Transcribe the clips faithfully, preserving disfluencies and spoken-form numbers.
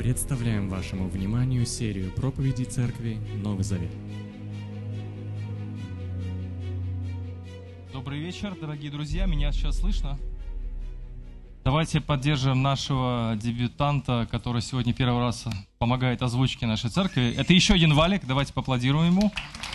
Представляем вашему вниманию серию проповедей Церкви Новый Завет. Добрый вечер, дорогие друзья, меня сейчас слышно? Давайте поддержим нашего дебютанта, который сегодня первый раз помогает озвучке нашей церкви. Это еще один Валик, давайте поаплодируем ему.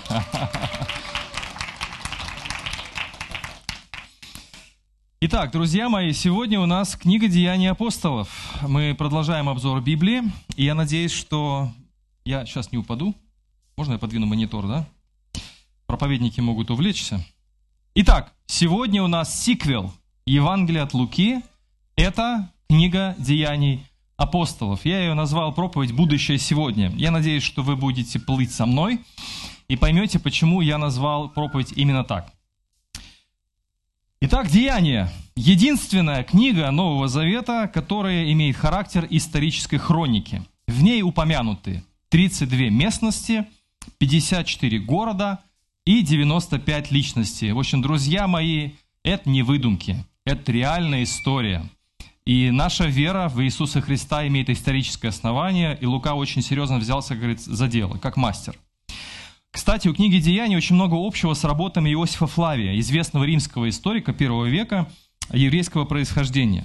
Итак, друзья мои, сегодня у нас книга «Деяния апостолов». Мы продолжаем обзор Библии, и я надеюсь, что... Я сейчас не упаду. Можно я подвину монитор, да? Проповедники могут увлечься. Итак, сегодня у нас сиквел Евангелия от Луки. Это книга «Деяний апостолов». Я ее назвал «Проповедь. Будущее сегодня». Я надеюсь, что вы будете плыть со мной и поймете, почему я назвал проповедь именно так. Итак, «Деяния» – единственная книга Нового Завета, которая имеет характер исторической хроники. В ней упомянуты тридцать две местности, пятьдесят четыре города и девяносто пять личностей. В общем, друзья мои, это не выдумки, это реальная история. И наша вера в Иисуса Христа имеет историческое основание, и Лука очень серьезно взялся, говорит, за дело, как мастер. Кстати, у книги «Деяний» очень много общего с работами Иосифа Флавия, известного римского историка первого века, еврейского происхождения.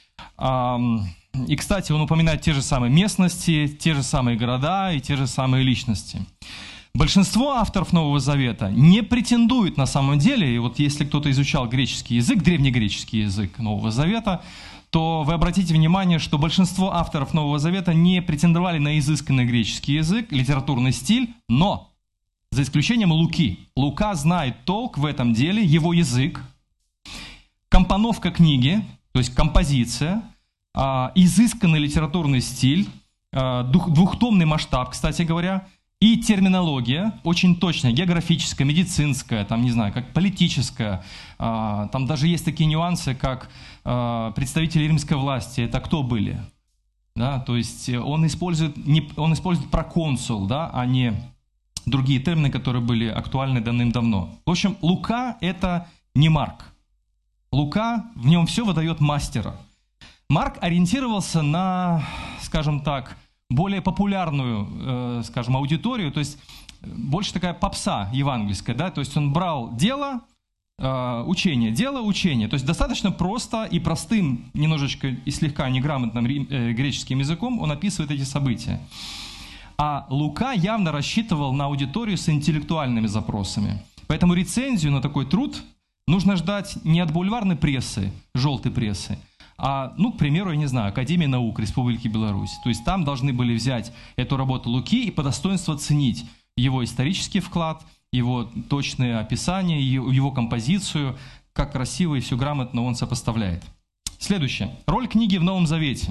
И, кстати, он упоминает те же самые местности, те же самые города и те же самые личности. Большинство авторов Нового Завета не претендуют на самом деле, и вот если кто-то изучал греческий язык, древнегреческий язык Нового Завета, то вы обратите внимание, что большинство авторов Нового Завета не претендовали на изысканный греческий язык, литературный стиль, но... За исключением Луки. Лука знает толк в этом деле, его язык, компоновка книги, то есть композиция, изысканный литературный стиль, двухтомный масштаб, кстати говоря, и терминология очень точная, географическая, медицинская, там, не знаю, как политическая. Там даже есть такие нюансы, как представители римской власти. Это кто были? Да, то есть он использует, не, он использует проконсул, да, а не... другие термины, которые были актуальны давным-давно. В общем, Лука – это не Марк. Лука, в нем все выдает мастера. Марк ориентировался на, скажем так, более популярную, э, скажем, аудиторию, то есть больше такая попса евангельская, да, то есть он брал дело, э, учение, дело, учение, то есть достаточно просто и простым, немножечко и слегка неграмотным э, греческим языком он описывает эти события. А Лука явно рассчитывал на аудиторию с интеллектуальными запросами. Поэтому рецензию на такой труд нужно ждать не от бульварной прессы, желтой прессы, а, ну, к примеру, я не знаю, Академии наук Республики Беларусь. То есть там должны были взять эту работу Луки и по достоинству оценить его исторический вклад, его точное описание, его композицию, как красиво и все грамотно он сопоставляет. Следующее. Роль книги в Новом Завете.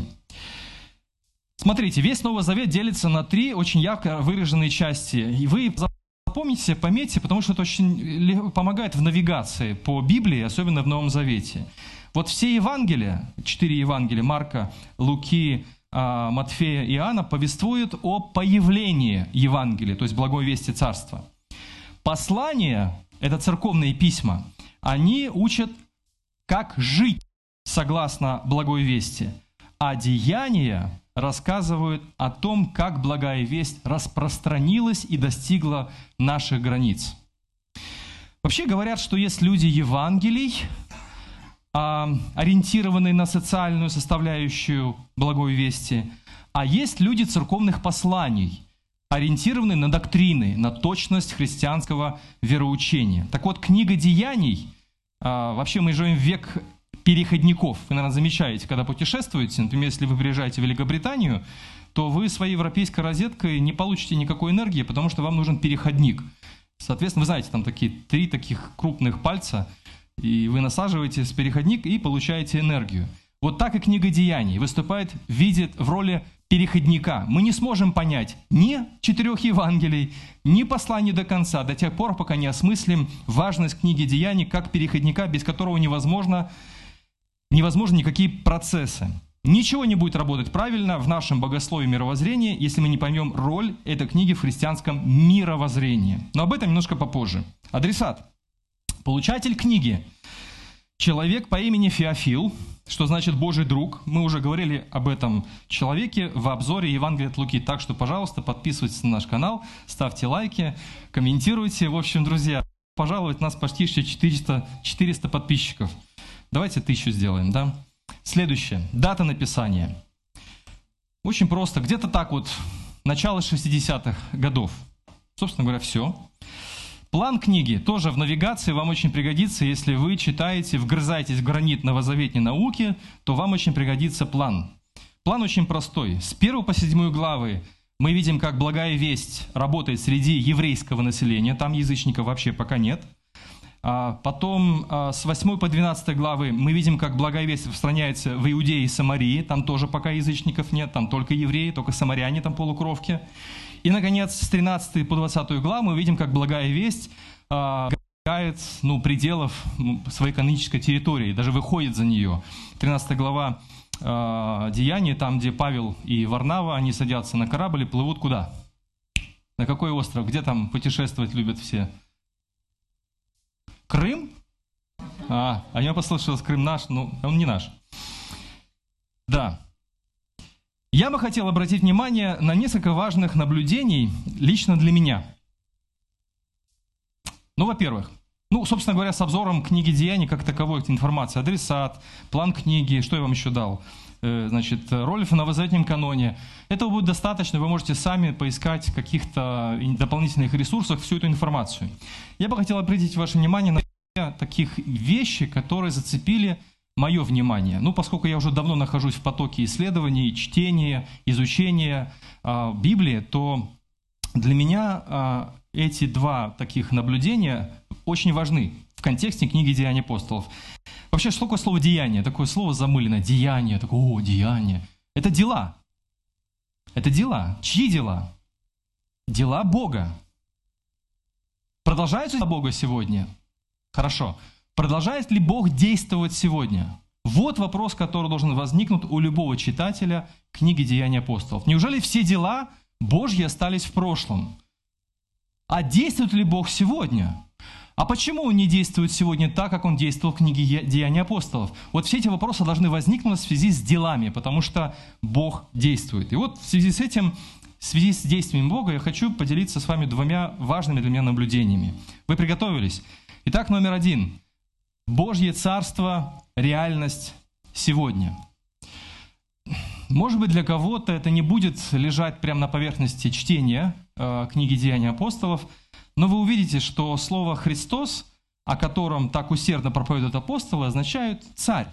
Смотрите, весь Новый Завет делится на три очень ярко выраженные части. И вы запомните, пометьте, потому что это очень помогает в навигации по Библии, особенно в Новом Завете. Вот все Евангелия, четыре Евангелия, Марка, Луки, Матфея и Иоанна, повествуют о появлении Евангелия, то есть благой вести Царства. Послания, это церковные письма, они учат, как жить согласно благой вести, а деяния рассказывают о том, как благая весть распространилась и достигла наших границ. Вообще говорят, что есть люди Евангелий, ориентированные на социальную составляющую благой вести, а есть люди церковных посланий, ориентированные на доктрины, на точность христианского вероучения. Так вот, книга «Деяний», вообще мы живем в век переходников. Вы, наверное, замечаете, когда путешествуете, например, если вы приезжаете в Великобританию, то вы своей европейской розеткой не получите никакой энергии, потому что вам нужен переходник. Соответственно, вы знаете, там такие три таких крупных пальца, и вы насаживаете с переходник и получаете энергию. Вот так и книга «Деяний» выступает в виде, в роли переходника. Мы не сможем понять ни четырех Евангелий, ни посланий до конца, до тех пор, пока не осмыслим важность книги «Деяний» как переходника, без которого невозможно невозможны никакие процессы. Ничего не будет работать правильно в нашем богословии и мировоззрении, если мы не поймем роль этой книги в христианском мировоззрении. Но об этом немножко попозже. Адресат. Получатель книги. Человек по имени Феофил, что значит Божий друг. Мы уже говорили об этом человеке в обзоре Евангелия от Луки. Так что, пожалуйста, подписывайтесь на наш канал, ставьте лайки, комментируйте. В общем, друзья, пожалуй, нас почти четыреста, четыреста подписчиков. Давайте тысячу сделаем, да? Следующее. Дата написания. Очень просто. Где-то так вот, начало шестидесятых годов. Собственно говоря, все. План книги тоже в навигации вам очень пригодится, если вы читаете, вгрызаетесь в гранит новозаветной науки, то вам очень пригодится план. План очень простой. С первой по седьмую главы мы видим, как благая весть работает среди еврейского населения, там язычников вообще пока нет. А потом а, с восьмой по двенадцатой главы мы видим, как благая весть распространяется в Иудее и Самарии, там тоже пока язычников нет, там только евреи, только самаряне, там полукровки. И, наконец, с тринадцатой по двадцатую главу мы видим, как благая весть а, достигает ну, пределов своей канонической территории, даже выходит за нее. тринадцатая глава а, Деяний, там, где Павел и Варнава, они садятся на корабль и плывут куда? На какой остров? Где там путешествовать любят все? Крым? А, а я послышал, Крым наш, ну, он не наш. Да. Я бы хотел обратить внимание на несколько важных наблюдений лично для меня. Ну, во-первых, ну, собственно говоря, с обзором книги Деяний как таковой, информация, адресат, план книги, что я вам еще дал, э, значит, роль в новозаветном каноне. Этого будет достаточно, вы можете сами поискать в каких-то дополнительных ресурсах всю эту информацию. Я бы хотел обратить ваше внимание на таких вещи, которые зацепили мое внимание. Ну, поскольку я уже давно нахожусь в потоке исследований, чтения, изучения э, Библии, то для меня э, эти два таких наблюдения очень важны в контексте книги «Деяния апостолов». Вообще, что такое слово «деяние»? Такое слово замыленное. Деяние. Такое, о, деяние. Это дела. Это дела. Чьи дела? Дела Бога. Продолжаются дела Бога сегодня? Хорошо. Продолжает ли Бог действовать сегодня? Вот вопрос, который должен возникнуть у любого читателя книги «Деяния апостолов». Неужели все дела Божьи остались в прошлом? А действует ли Бог сегодня? А почему Он не действует сегодня так, как Он действовал в книге «Деяния апостолов»? Вот все эти вопросы должны возникнуть в связи с делами, потому что Бог действует. И вот в связи с этим, в связи с действием Бога, я хочу поделиться с вами двумя важными для меня наблюдениями. Вы приготовились? Итак, номер один. Божье Царство, реальность сегодня. Может быть, для кого-то это не будет лежать прямо на поверхности чтения э, книги «Деяния апостолов», но вы увидите, что слово «Христос», о котором так усердно проповедуют апостолы, означает «царь».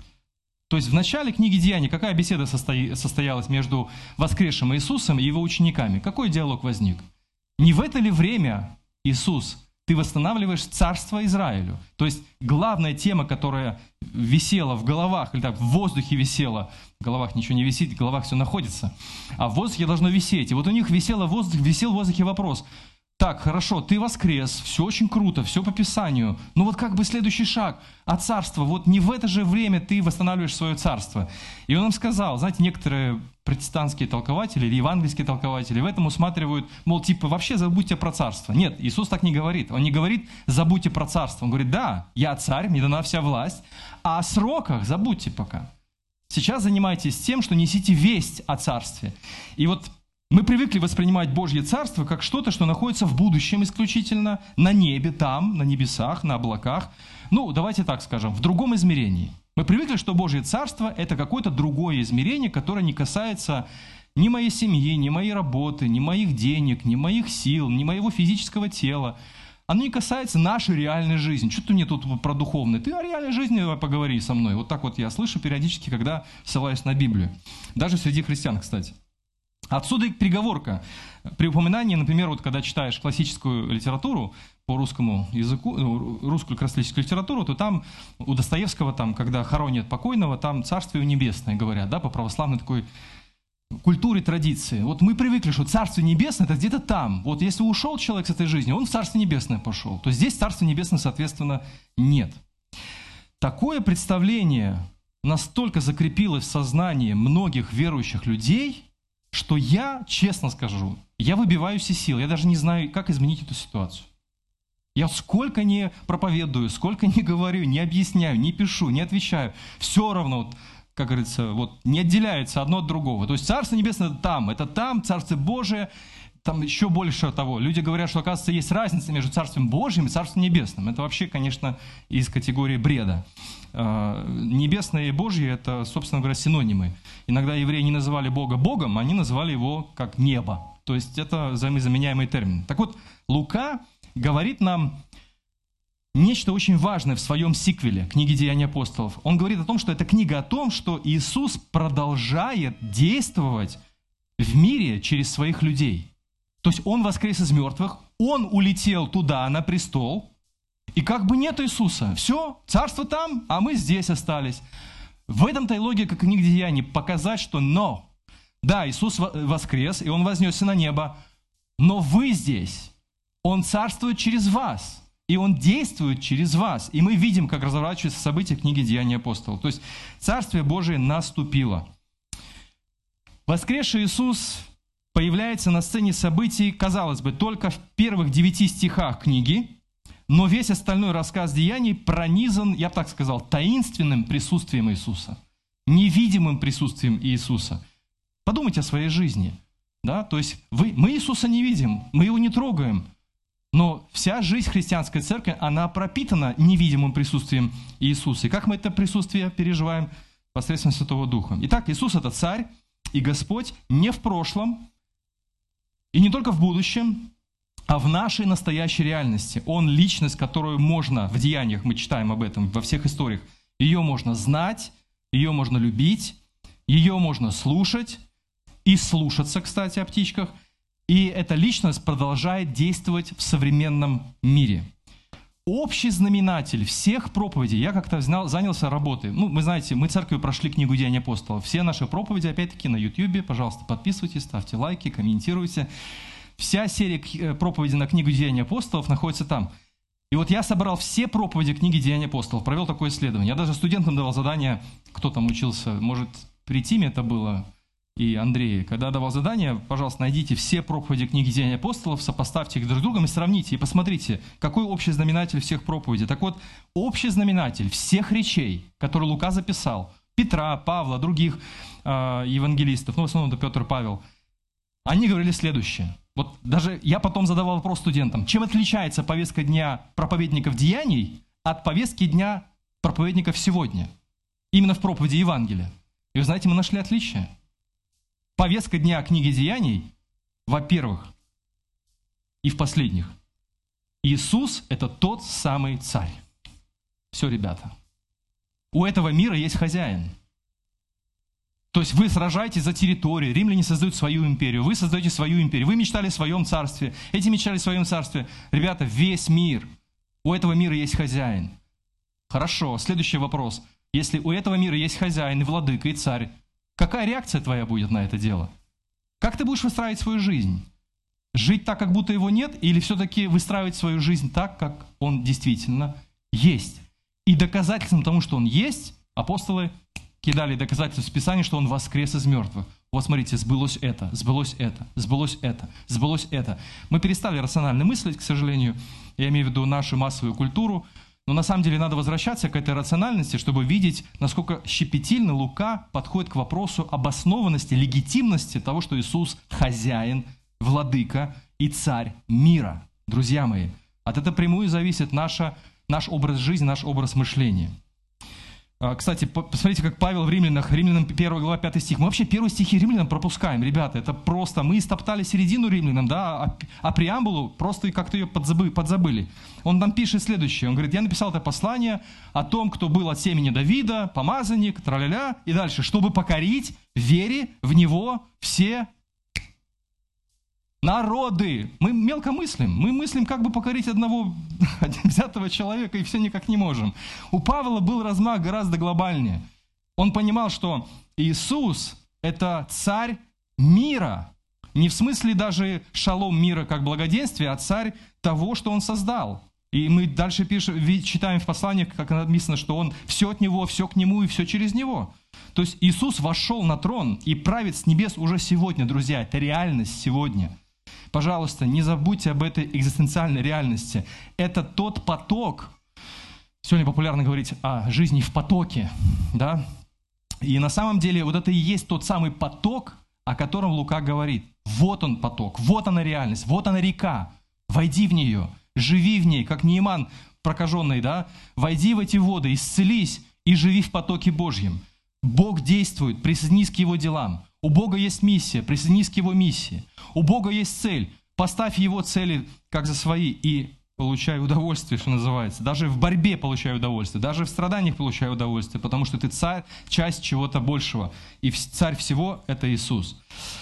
То есть в начале книги «Деяний» какая беседа состои, состоялась между воскресшим Иисусом и его учениками? Какой диалог возник? Не в это ли время, Иисус, ты восстанавливаешь царство Израилю? То есть главная тема, которая висела в головах, или так, в воздухе висела, в головах ничего не висит, в головах все находится, а в воздухе должно висеть. И вот у них висел в воздухе, висел в воздухе вопрос: так, хорошо, ты воскрес, все очень круто, все по Писанию, но вот как бы следующий шаг, а царство, вот не в это же время ты восстанавливаешь свое царство. И он им сказал, знаете, некоторые протестантские толкователи или евангельские толкователи в этом усматривают, мол, типа, вообще забудьте про царство. Нет, Иисус так не говорит. Он не говорит, забудьте про царство. Он говорит, да, я царь, мне дана вся власть, а о сроках забудьте пока. Сейчас занимайтесь тем, что несите весть о царстве. И вот мы привыкли воспринимать Божье Царство как что-то, что находится в будущем исключительно, на небе, там, на небесах, на облаках. Ну, давайте так скажем, в другом измерении. Мы привыкли, что Божье Царство – это какое-то другое измерение, которое не касается ни моей семьи, ни моей работы, ни моих денег, ни моих сил, ни моего физического тела. Оно не касается нашей реальной жизни. Что ты мне тут про духовное? Ты о реальной жизни поговори со мной. Вот так вот я слышу периодически, когда ссылаюсь на Библию. Даже среди христиан, кстати. Отсюда и приговорка. При упоминании, например, вот когда читаешь классическую литературу по русскому языку, русскую классическую литературу, то там у Достоевского, там, когда хоронят покойного, там Царствие Небесное говорят, да, по православной такой культуре, традиции. Вот мы привыкли, что Царствие Небесное – это где-то там. Вот если ушел человек с этой жизни, он в Царствие Небесное пошел. То здесь Царствие Небесное, соответственно, нет. Такое представление настолько закрепилось в сознании многих верующих людей, что я, честно скажу, я выбиваюсь из сил, я даже не знаю, как изменить эту ситуацию. Я сколько не проповедую, сколько не говорю, не объясняю, не пишу, не отвечаю, все равно, как говорится, вот не отделяется одно от другого. То есть Царство Небесное там, это там, Царство Божие, там еще больше того. Люди говорят, что, оказывается, есть разница между Царством Божьим и Царством Небесным. Это вообще, конечно, из категории бреда. Небесное и Божье – это, собственно говоря, синонимы. Иногда евреи не называли Бога Богом, они называли его как небо. То есть это взаимозаменяемый термин. Так вот, Лука говорит нам нечто очень важное в своем сиквеле книги «Деяния апостолов». Он говорит о том, что это книга о том, что Иисус продолжает действовать в мире через своих людей. То есть Он воскрес из мертвых, Он улетел туда, на престол, и как бы нет Иисуса. Все, царство там, а мы здесь остались. В этом-то и логика книги «Деяний» показать, что «но». Да, Иисус воскрес, и Он вознесся на небо, но вы здесь. Он царствует через вас, и Он действует через вас. И мы видим, как разворачиваются события книги «Деяния апостолов». То есть Царствие Божие наступило. Воскресший Иисус появляется на сцене событий, казалось бы, только в первых девяти стихах книги, но весь остальной рассказ Деяний пронизан, я бы так сказал, таинственным присутствием Иисуса, невидимым присутствием Иисуса. Подумайте о своей жизни. Да? То есть вы, мы Иисуса не видим, мы Его не трогаем, но вся жизнь христианской церкви, она пропитана невидимым присутствием Иисуса. И как мы это присутствие переживаем? Посредством Святого Духа. Итак, Иисус – это Царь и Господь не в прошлом и не только в будущем, а в нашей настоящей реальности. Он – личность, которую можно, в Деяниях мы читаем об этом, во всех историях, ее можно знать, ее можно любить, ее можно слушать и слушаться, кстати, о птичках. И эта личность продолжает действовать в современном мире. Общий знаменатель всех проповедей, я как-то знал, занялся работой. Ну, вы знаете, мы церковью прошли книгу «Деяния апостолов». Все наши проповеди, опять-таки, на Ютьюбе. Пожалуйста, подписывайтесь, ставьте лайки, комментируйте. Вся серия проповедей на книгу «Деяния апостолов» находится там. И вот я собрал все проповеди книги «Деяния апостолов», провел такое исследование. Я даже студентам давал задание, кто там учился, может, при Тиме это было, и Андрей, когда давал задание, пожалуйста, найдите все проповеди книги «Деяния апостолов», сопоставьте их друг с другом и сравните, и посмотрите, какой общий знаменатель всех проповедей. Так вот, общий знаменатель всех речей, которые Лука записал, Петра, Павла, других э, евангелистов, ну, в основном это Петр и Павел, они говорили следующее. Вот даже я потом задавал вопрос студентам, чем отличается повестка дня проповедников Деяний от повестки дня проповедников сегодня, именно в проповеди Евангелия. И вы знаете, мы нашли отличие. Повестка дня книги Деяний, во-первых, и в последних. Иисус – это тот самый царь. Все, ребята. У этого мира есть хозяин. То есть вы сражаетесь за территорию, римляне создают свою империю, вы создаете свою империю, вы мечтали о своем царстве, эти мечтали о своем царстве. Ребята, весь мир, у этого мира есть хозяин. Хорошо, следующий вопрос. Если у этого мира есть хозяин, и владыка, и царь, какая реакция твоя будет на это дело? Как ты будешь выстраивать свою жизнь? Жить так, как будто его нет, или все-таки выстраивать свою жизнь так, как он действительно есть? И доказательством тому, что он есть, апостолы кидали доказательства в Писании, что он воскрес из мертвых. Вот смотрите, сбылось это, сбылось это, сбылось это, сбылось это. Мы перестали рационально мыслить, к сожалению, я имею в виду нашу массовую культуру, но на самом деле надо возвращаться к этой рациональности, чтобы видеть, насколько щепетильно Лука подходит к вопросу обоснованности, легитимности того, что Иисус хозяин, владыка и царь мира. Друзья мои, от этого прямую зависит наша, наш образ жизни, наш образ мышления. Кстати, посмотрите, как Павел в Римлянах, Римлянам первая глава, пятый стих. Мы вообще первые стихи Римлянам пропускаем, ребята, это просто, мы истоптали середину Римлянам, да, а, а преамбулу просто как-то ее подзабыли, подзабыли. Он там пишет следующее, он говорит, я написал это послание о том, кто был от семени Давида, помазанник, тра-ля-ля, и дальше, чтобы покорить в вере в него все народы. Мы мелко мыслим. Мы мыслим, как бы покорить одного взятого человека, и все никак не можем. У Павла был размах гораздо глобальнее. Он понимал, что Иисус – это царь мира. Не в смысле даже шалом мира как благоденствие, а царь того, что он создал. И мы дальше пишем, читаем в посланиях, как написано, что он все от него, все к нему и все через него. То есть Иисус вошел на трон и правит с небес уже сегодня, друзья. Это реальность сегодня. Пожалуйста, не забудьте об этой экзистенциальной реальности. Это тот поток, сегодня популярно говорить о жизни в потоке, да? И на самом деле вот это и есть тот самый поток, о котором Лука говорит. Вот он поток, вот она реальность, вот она река. Войди в нее, живи в ней, как Нееман прокаженный, да? Войди в эти воды, исцелись и живи в потоке Божьем. Бог действует, присоединись к Его делам. У Бога есть миссия, присоединись к Его миссии. У Бога есть цель, поставь Его цели как за свои и получай удовольствие, что называется. Даже в борьбе получай удовольствие, даже в страданиях получай удовольствие, потому что ты царь, часть чего-то большего. И царь всего – это Иисус.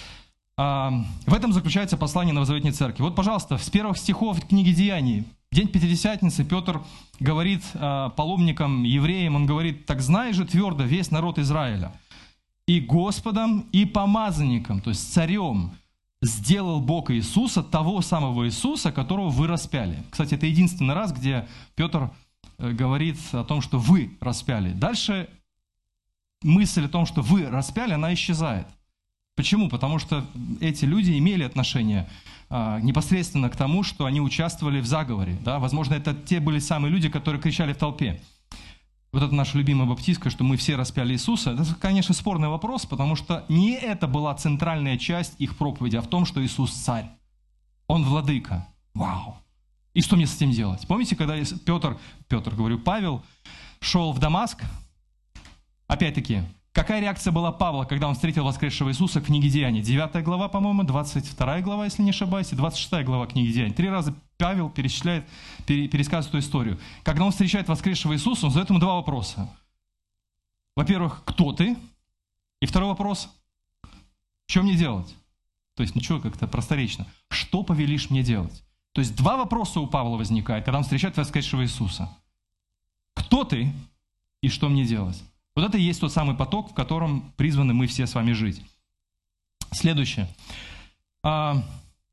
В этом заключается послание Новозаветней Церкви. Вот, пожалуйста, с первых стихов книги Деяний. День Пятидесятницы Петр говорит паломникам, евреям, он говорит: «Так знай же твердо весь народ Израиля, и Господом, и помазанником, то есть царем, сделал Бог Иисуса, того самого Иисуса, которого вы распяли». Кстати, это единственный раз, где Петр говорит о том, что вы распяли. Дальше мысль о том, что вы распяли, она исчезает. Почему? Потому что эти люди имели отношение а, непосредственно к тому, что они участвовали в заговоре. Да? Возможно, это те были самые люди, которые кричали в толпе. Вот это наша любимая баптистка, что мы все распяли Иисуса. Это, конечно, спорный вопрос, потому что не это была центральная часть их проповеди, а в том, что Иисус царь. Он владыка. Вау! И что мне с этим делать? Помните, когда Петр, Петр, говорю, Павел шел в Дамаск? Опять-таки, какая реакция была Павла, когда он встретил воскресшего Иисуса в книге Деяний? девятая глава, по-моему, двадцать вторая глава, если не ошибаюсь, и двадцать шестая глава книги Деяний. Три раза Павел перечисляет, пересказывает эту историю. Когда он встречает воскресшего Иисуса, он задает ему два вопроса. Во-первых, кто ты? И второй вопрос, что мне делать? То есть ничего, как-то просторечно. Что повелишь мне делать? То есть два вопроса у Павла возникает, когда он встречает воскресшего Иисуса. Кто ты и что мне делать? Вот это и есть тот самый поток, в котором призваны мы все с вами жить. Следующее. По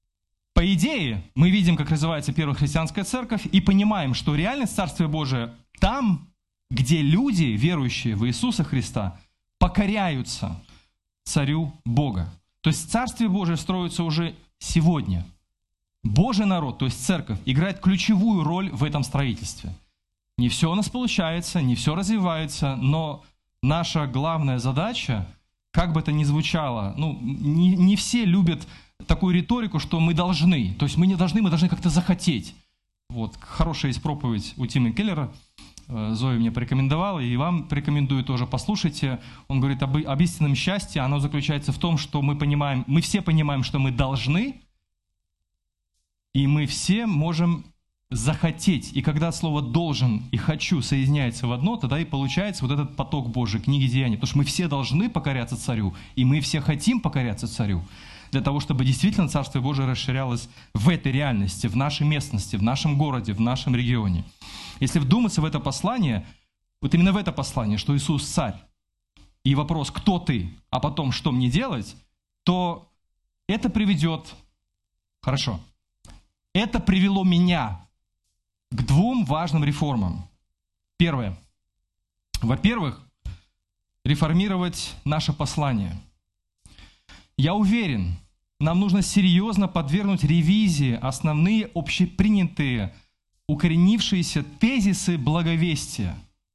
идее, мы видим, как развивается первая христианская церковь, и понимаем, что реальность Царствия Божия там, где люди, верующие в Иисуса Христа, покоряются Царю Бога. То есть Царствие Божие строится уже сегодня. Божий народ, то есть церковь, играет ключевую роль в этом строительстве. Не все у нас получается, не все развивается, но наша главная задача, как бы это ни звучало, ну, не, не все любят такую риторику, что мы должны. То есть мы не должны, мы должны как-то захотеть. Вот, хорошая есть проповедь у Тима Келлера, Зоя мне порекомендовала, и вам порекомендую тоже, послушайте. Он говорит об, об истинном счастье, оно заключается в том, что мы понимаем, мы все понимаем, что мы должны, и мы все можем захотеть. И когда слово «должен» и «хочу» соединяется в одно, тогда и получается вот этот поток Божий, книги Деяний. Потому что мы все должны покоряться Царю, и мы все хотим покоряться Царю, для того, чтобы действительно Царствие Божие расширялось в этой реальности, в нашей местности, в нашем городе, в нашем регионе. Если вдуматься в это послание, вот именно в это послание, что Иисус Царь, и вопрос «кто ты?», а потом «что мне делать?», то это приведет... Хорошо. Это привело меня к двум важным реформам. Первое. Во-первых, реформировать наше послание. Я уверен, нам нужно серьезно подвергнуть ревизии основные общепринятые, укоренившиеся тезисы благовестия.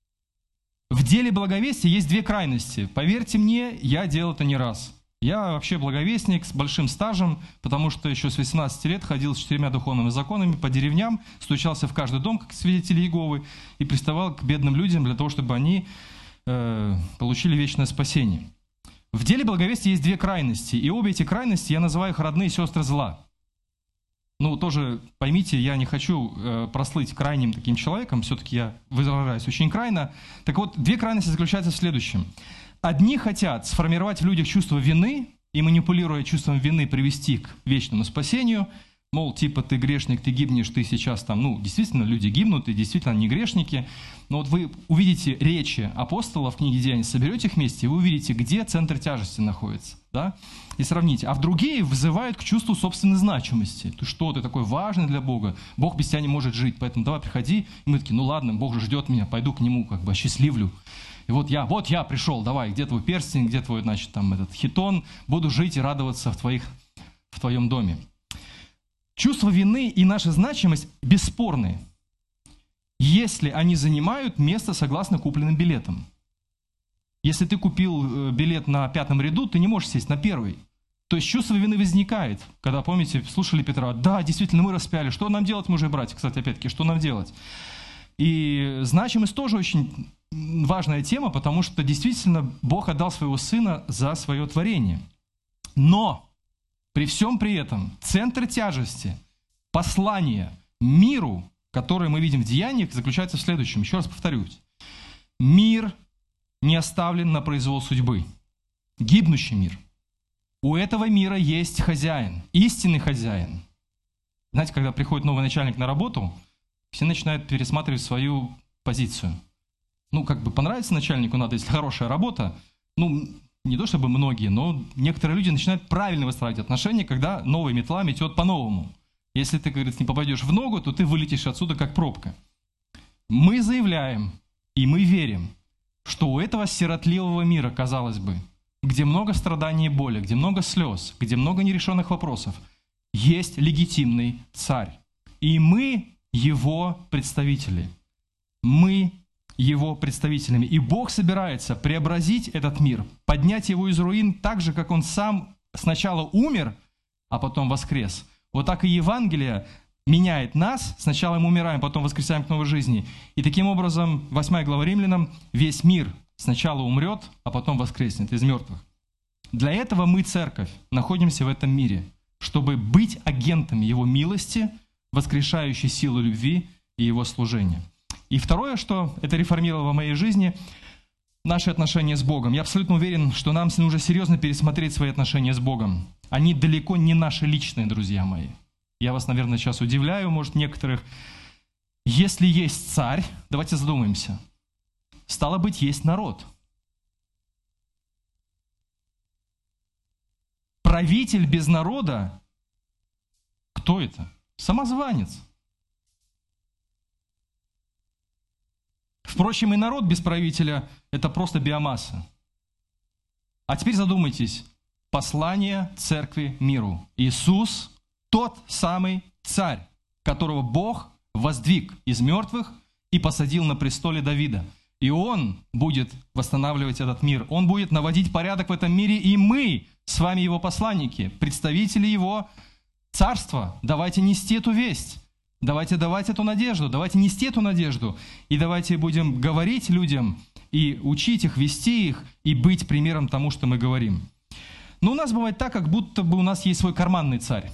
В деле благовестия есть две крайности. Поверьте мне, я делал это не раз. Я вообще благовестник с большим стажем, потому что еще с восемнадцати лет ходил с четырьмя духовными законами по деревням, стучался в каждый дом, как свидетель Иеговы, и приставал к бедным людям для того, чтобы они э, получили вечное спасение. В деле благовестия есть две крайности, и обе эти крайности я называю их родные сестры зла. Ну, тоже поймите, я не хочу э, прослыть крайним таким человеком, все-таки я выражаюсь очень крайно. Так вот, две крайности заключаются в следующем. Одни хотят сформировать в людях чувство вины и, манипулируя чувством вины, привести к вечному спасению. Мол, типа, ты грешник, ты гибнешь, ты сейчас там... Ну, действительно, люди гибнут, и действительно они грешники. Но вот вы увидите речи апостолов в книге Деяний, соберете их вместе, и вы увидите, где центр тяжести находится. Да? И сравните. А в другие вызывают к чувству собственной значимости. Ты что, ты такой важный для Бога? Бог без тебя не может жить, поэтому давай приходи. И мы такие, ну ладно, Бог же ждет меня, пойду к Нему, как бы осчастливлю. И вот я, вот я пришел, давай, где твой перстень, где твой, значит, там этот хитон, буду жить и радоваться в, твоих, в твоем доме. Чувство вины и наша значимость бесспорны, если они занимают место согласно купленным билетам. Если ты купил билет на пятом ряду, ты не можешь сесть на первый. То есть чувство вины возникает, когда, помните, слушали Петра, да, действительно, мы распяли, что нам делать, мужи и братья, кстати, опять-таки, что нам делать? И значимость тоже очень важная тема, потому что действительно Бог отдал своего Сына за свое творение. Но при всем при этом центр тяжести, послание миру, которое мы видим в деяниях, заключается в следующем. Еще раз повторюсь. Мир не оставлен на произвол судьбы. Гибнущий мир. У этого мира есть хозяин, истинный хозяин. Знаете, когда приходит новый начальник на работу, все начинают пересматривать свою позицию. Ну, как бы понравится начальнику, надо, если хорошая работа, ну, не то чтобы многие, но некоторые люди начинают правильно выстраивать отношения, когда новая метла метет по-новому. Если ты, говорит, не попадешь в ногу, то ты вылетишь отсюда как пробка. Мы заявляем, и мы верим, что у этого сиротливого мира, казалось бы, где много страданий и боли, где много слез, где много нерешенных вопросов, есть легитимный царь. И мы его представители. Мы его представителями. И Бог собирается преобразить этот мир, поднять его из руин так же, как он сам сначала умер, а потом воскрес. Вот так и Евангелие меняет нас. Сначала мы умираем, потом воскресаем к новой жизни. И таким образом, восьмая глава Римлянам, весь мир сначала умрет, а потом воскреснет из мертвых. Для этого мы, церковь, находимся в этом мире, чтобы быть агентами Его милости, воскрешающей силу любви и Его служения. И второе, что это реформировало в моей жизни, наши отношения с Богом. Я абсолютно уверен, что нам нужно серьезно пересмотреть свои отношения с Богом. Они далеко не наши личные, друзья мои. Я вас, наверное, сейчас удивляю, может, некоторых. Если есть царь, давайте задумаемся. Стало быть, есть народ. Правитель без народа, кто это? Самозванец. Впрочем, и народ без правителя – это просто биомасса. А теперь задумайтесь. Послание церкви миру. Иисус – тот самый царь, которого Бог воздвиг из мертвых и посадил на престоле Давида. И Он будет восстанавливать этот мир. Он будет наводить порядок в этом мире, и мы с вами Его посланники, представители Его царства. Давайте нести эту весть. Давайте давать эту надежду, давайте нести эту надежду, и давайте будем говорить людям, и учить их, вести их, и быть примером тому, что мы говорим. Но у нас бывает так, как будто бы у нас есть свой карманный царь.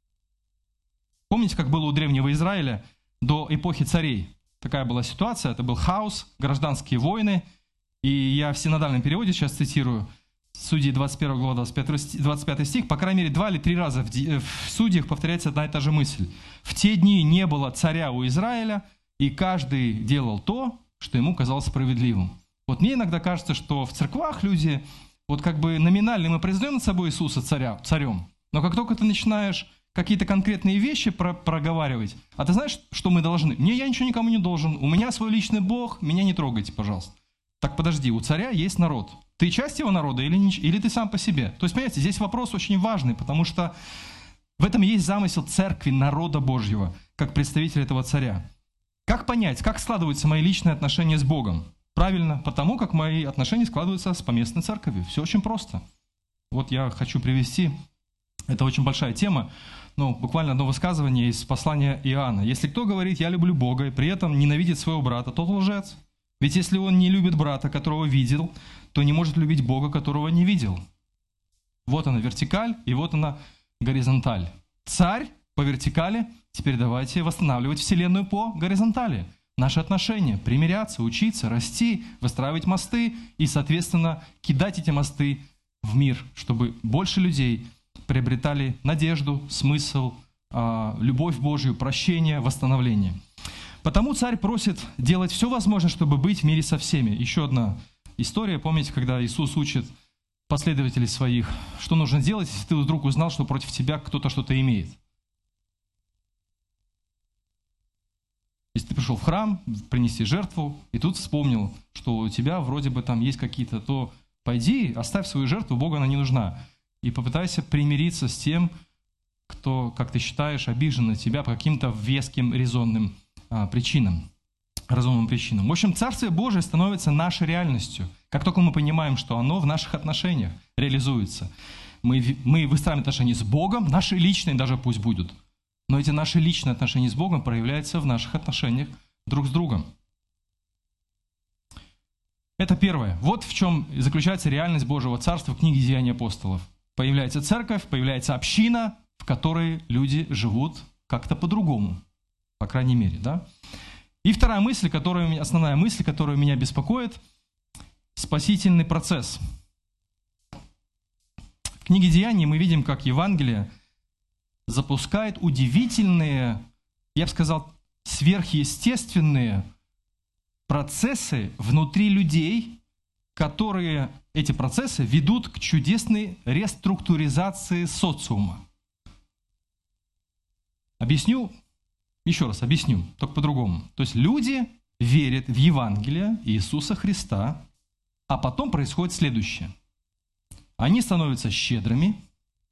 Помните, как было у древнего Израиля до эпохи царей? Такая была ситуация, это был хаос, гражданские войны, и я в синодальном переводе сейчас цитирую, Судьи двадцать первая глава, двадцать пятый стих, по крайней мере, два или три раза в, в Судьях повторяется одна и та же мысль. В те дни не было царя у Израиля, и каждый делал то, что ему казалось справедливым. Вот мне иногда кажется, что в церквах люди, вот как бы номинально мы признаем над собой Иисуса царя, царем, но как только ты начинаешь какие-то конкретные вещи про- проговаривать, а ты знаешь, что мы должны? Мне я ничего никому не должен, у меня свой личный Бог, меня не трогайте, пожалуйста. Так подожди, у царя есть народ. Ты часть его народа или, не, или ты сам по себе? То есть, понимаете, здесь вопрос очень важный, потому что в этом есть замысел церкви, народа Божьего, как представителя этого царя. Как понять, как складываются мои личные отношения с Богом? Правильно, потому как мои отношения складываются с поместной церковью. Все очень просто. Вот я хочу привести, это очень большая тема, но буквально одно высказывание из послания Иоанна. Если кто говорит «я люблю Бога» и при этом ненавидит своего брата, тот лжец. Ведь если он не любит брата, которого видел, то не может любить Бога, которого не видел. Вот она вертикаль, и вот она горизонталь. Царь по вертикали, теперь давайте восстанавливать вселенную по горизонтали. Наши отношения, примиряться, учиться, расти, выстраивать мосты и, соответственно, кидать эти мосты в мир, чтобы больше людей приобретали надежду, смысл, любовь Божью, прощение, восстановление. Потому царь просит делать все возможное, чтобы быть в мире со всеми. Еще одна история. Помните, когда Иисус учит последователей своих, что нужно делать, если ты вдруг узнал, что против тебя кто-то что-то имеет. Если ты пришел в храм принести жертву, и тут вспомнил, что у тебя вроде бы там есть какие-то, то пойди, оставь свою жертву, Богу она не нужна. И попытайся примириться с тем, кто, как ты считаешь, обижен на тебя по каким-то веским резонным а, причинам, разумным причинам. В общем, Царствие Божие становится нашей реальностью, как только мы понимаем, что оно в наших отношениях реализуется. Мы, мы выстраиваем отношения с Богом, наши личные даже пусть будут, но эти наши личные отношения с Богом проявляются в наших отношениях друг с другом. Это первое. Вот в чем заключается реальность Божьего Царства в книге «Деяния апостолов». Появляется церковь, появляется община, в которой люди живут как-то по-другому, по крайней мере, да? И вторая мысль, которая, основная мысль, которая меня беспокоит – спасительный процесс. В книге «Деяний» мы видим, как Евангелие запускает удивительные, я бы сказал, сверхъестественные процессы внутри людей, которые эти процессы ведут к чудесной реструктуризации социума. Объясню, еще раз объясню, только по-другому. То есть люди верят в Евангелие Иисуса Христа, а потом происходит следующее. Они становятся щедрыми,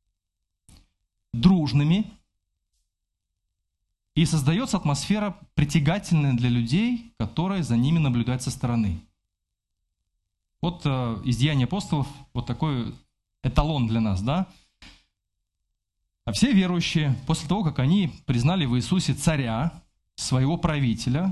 дружными, и создается атмосфера притягательная для людей, которые за ними наблюдают со стороны. Вот э, из Деяний апостолов вот такой эталон для нас, да? А все верующие, после того, как они признали в Иисусе царя, своего правителя,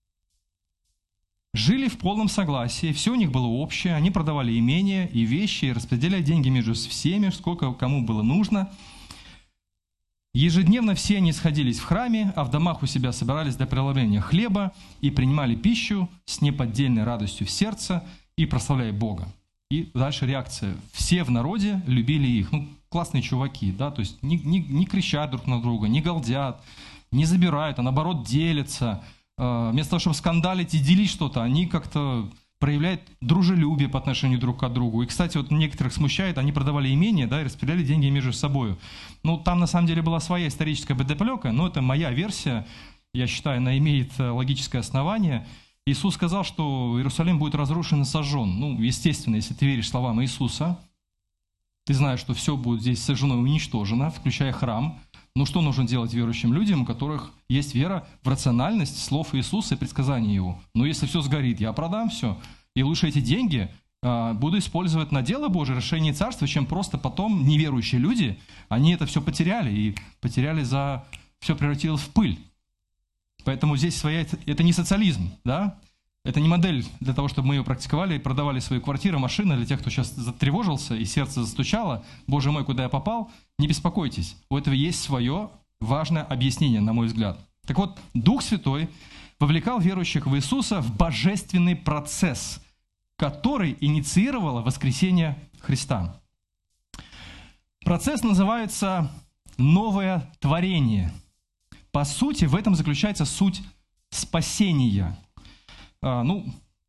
жили в полном согласии, все у них было общее, они продавали имения и вещи, и распределяли деньги между всеми, сколько кому было нужно. Ежедневно все они сходились в храме, а в домах у себя собирались для преломления хлеба и принимали пищу с неподдельной радостью в сердце и прославляя Бога. И дальше реакция. Все в народе любили их. Ну, классные чуваки, да, то есть не, не, не кричат друг на друга, не галдят, не забирают, а наоборот делятся. Вместо того, чтобы скандалить и делить что-то, они как-то проявляют дружелюбие по отношению друг к другу. И, кстати, вот некоторых смущает, они продавали имения, да, и распределяли деньги между собой. Ну, там на самом деле была своя историческая подоплека, но это моя версия, я считаю, она имеет логическое основание. Иисус сказал, что Иерусалим будет разрушен и сожжен. Ну, естественно, если ты веришь словам Иисуса, ты знаешь, что все будет здесь сожжено и уничтожено, включая храм. Ну, что нужно делать верующим людям, у которых есть вера в рациональность слов Иисуса и предсказаний Его? Ну, если все сгорит, я продам все. И лучше эти деньги э, буду использовать на дело Божие, расширение царства, чем просто потом неверующие люди, они это все потеряли. И потеряли за... Все превратилось в пыль. Поэтому здесь своя... Это не социализм, да? Это не модель для того, чтобы мы ее практиковали и продавали свои квартиры, машины. Для тех, кто сейчас затревожился и сердце застучало, Боже мой, куда я попал, не беспокойтесь. У этого есть свое важное объяснение, на мой взгляд. Так вот, Дух Святой вовлекал верующих в Иисуса в божественный процесс, который инициировало воскресение Христа. Процесс называется «новое творение». По сути, в этом заключается суть спасения. А, ну,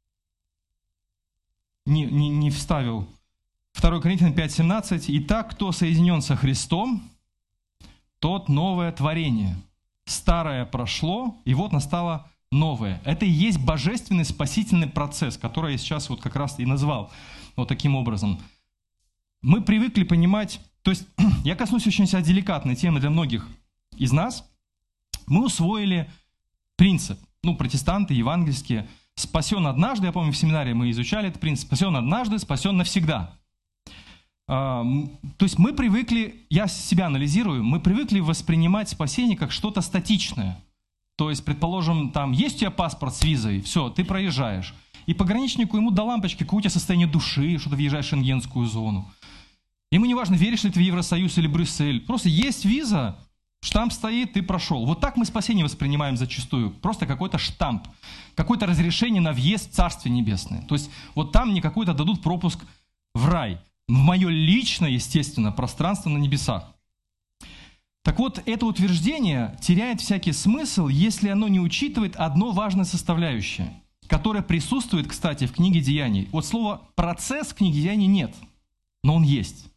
не, не, не вставил. второе Коринфянам пять семнадцать. «Итак, кто соединен со Христом, тот новое творение. Старое прошло, и вот настало новое». Это и есть божественный спасительный процесс, который я сейчас вот как раз и назвал вот таким образом. Мы привыкли понимать, то есть я коснусь очень себя деликатной темы для многих из нас. Мы усвоили принцип, ну, протестанты, евангельские, спасен однажды, я помню, в семинаре мы изучали этот принцип, спасен однажды, спасен навсегда. А, то есть мы привыкли, я себя анализирую, мы привыкли воспринимать спасение как что-то статичное. То есть, предположим, там есть у тебя паспорт с визой, все, ты проезжаешь. И пограничнику ему до лампочки, какое у тебя состояние души, что ты въезжаешь в шенгенскую зону. Ему не важно, веришь ли ты в Евросоюз или Брюссель. Просто есть виза, штамп стоит, ты прошел. Вот так мы спасение воспринимаем зачастую. Просто какой-то штамп, какое-то разрешение на въезд в Царствие Небесное. То есть вот там мне какой-то дадут пропуск в рай. В мое личное, естественно, пространство на небесах. Так вот, это утверждение теряет всякий смысл, если оно не учитывает одно важное составляющее, которое присутствует, кстати, в книге Деяний. Вот слова «процесс» в книге Деяний нет, но он есть.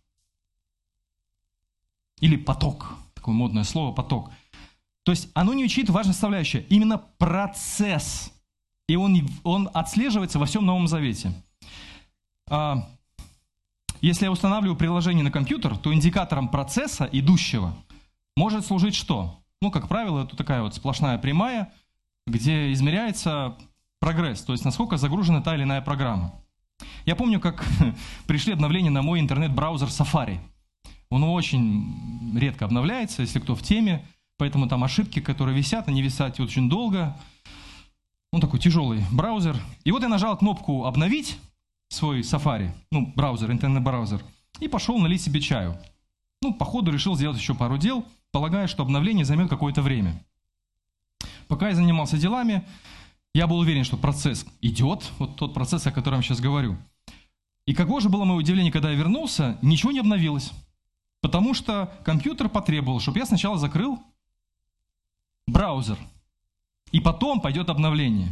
Или «поток». Такое модное слово «поток». То есть оно не учитывает важную составляющую, именно процесс. И он, он отслеживается во всем Новом Завете. А, если я устанавливаю приложение на компьютер, то индикатором процесса идущего может служить что? Ну, как правило, это такая вот сплошная прямая, где измеряется прогресс, то есть насколько загружена та или иная программа. Я помню, как пришли обновления на мой интернет-браузер Safari. Он очень редко обновляется, если кто в теме, поэтому там ошибки, которые висят, они висят очень долго. Он такой тяжелый браузер. И вот я нажал кнопку «Обновить» свой Safari, ну, браузер, интернет-браузер, и пошел налить себе чаю. Ну, по ходу решил сделать еще пару дел, полагая, что обновление займет какое-то время. Пока я занимался делами, я был уверен, что процесс идет, вот тот процесс, о котором я сейчас говорю. И какое же было мое удивление, когда я вернулся, ничего не обновилось. Потому что компьютер потребовал, чтобы я сначала закрыл браузер, и потом пойдет обновление.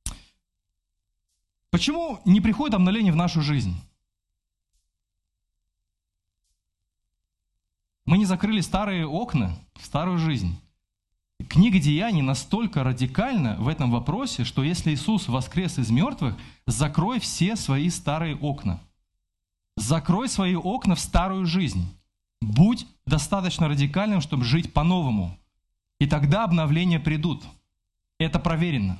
Почему не приходит обновление в нашу жизнь? Мы не закрыли старые окна в старую жизнь. Книга Деяний настолько радикальна в этом вопросе, что если Иисус воскрес из мертвых, закрой все свои старые окна. Закрой свои окна в старую жизнь. Будь достаточно радикальным, чтобы жить по-новому. И тогда обновления придут. Это проверено.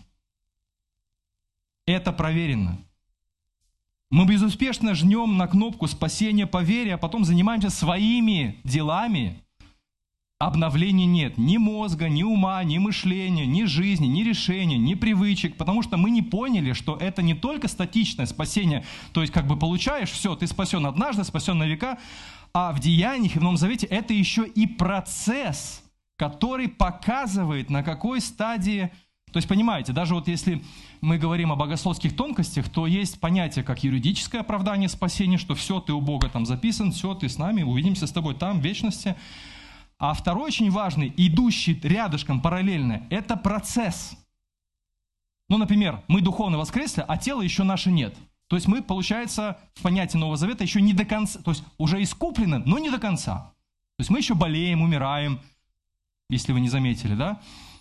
Это проверено. Мы безуспешно жмем на кнопку спасения по вере, а потом занимаемся своими делами. Обновления нет ни мозга, ни ума, ни мышления, ни жизни, ни решения, ни привычек, потому что мы не поняли, что это не только статичное спасение, то есть как бы получаешь, все, ты спасен однажды, спасен на века, а в Деяниях и в Новом Завете это еще и процесс, который показывает, на какой стадии. То есть, понимаете, даже вот если мы говорим о богословских тонкостях, то есть понятие как юридическое оправдание спасения, что все, ты у Бога там записан, все, ты с нами, увидимся с тобой там, в вечности. А второй очень важный, идущий рядышком параллельно, это процесс. Ну, например, мы духовно воскресли, а тела еще наше нет. То есть мы, получается, в понятии Нового Завета еще не до конца, то есть уже искуплены, но не до конца. То есть мы еще болеем, умираем, если вы не заметили, да?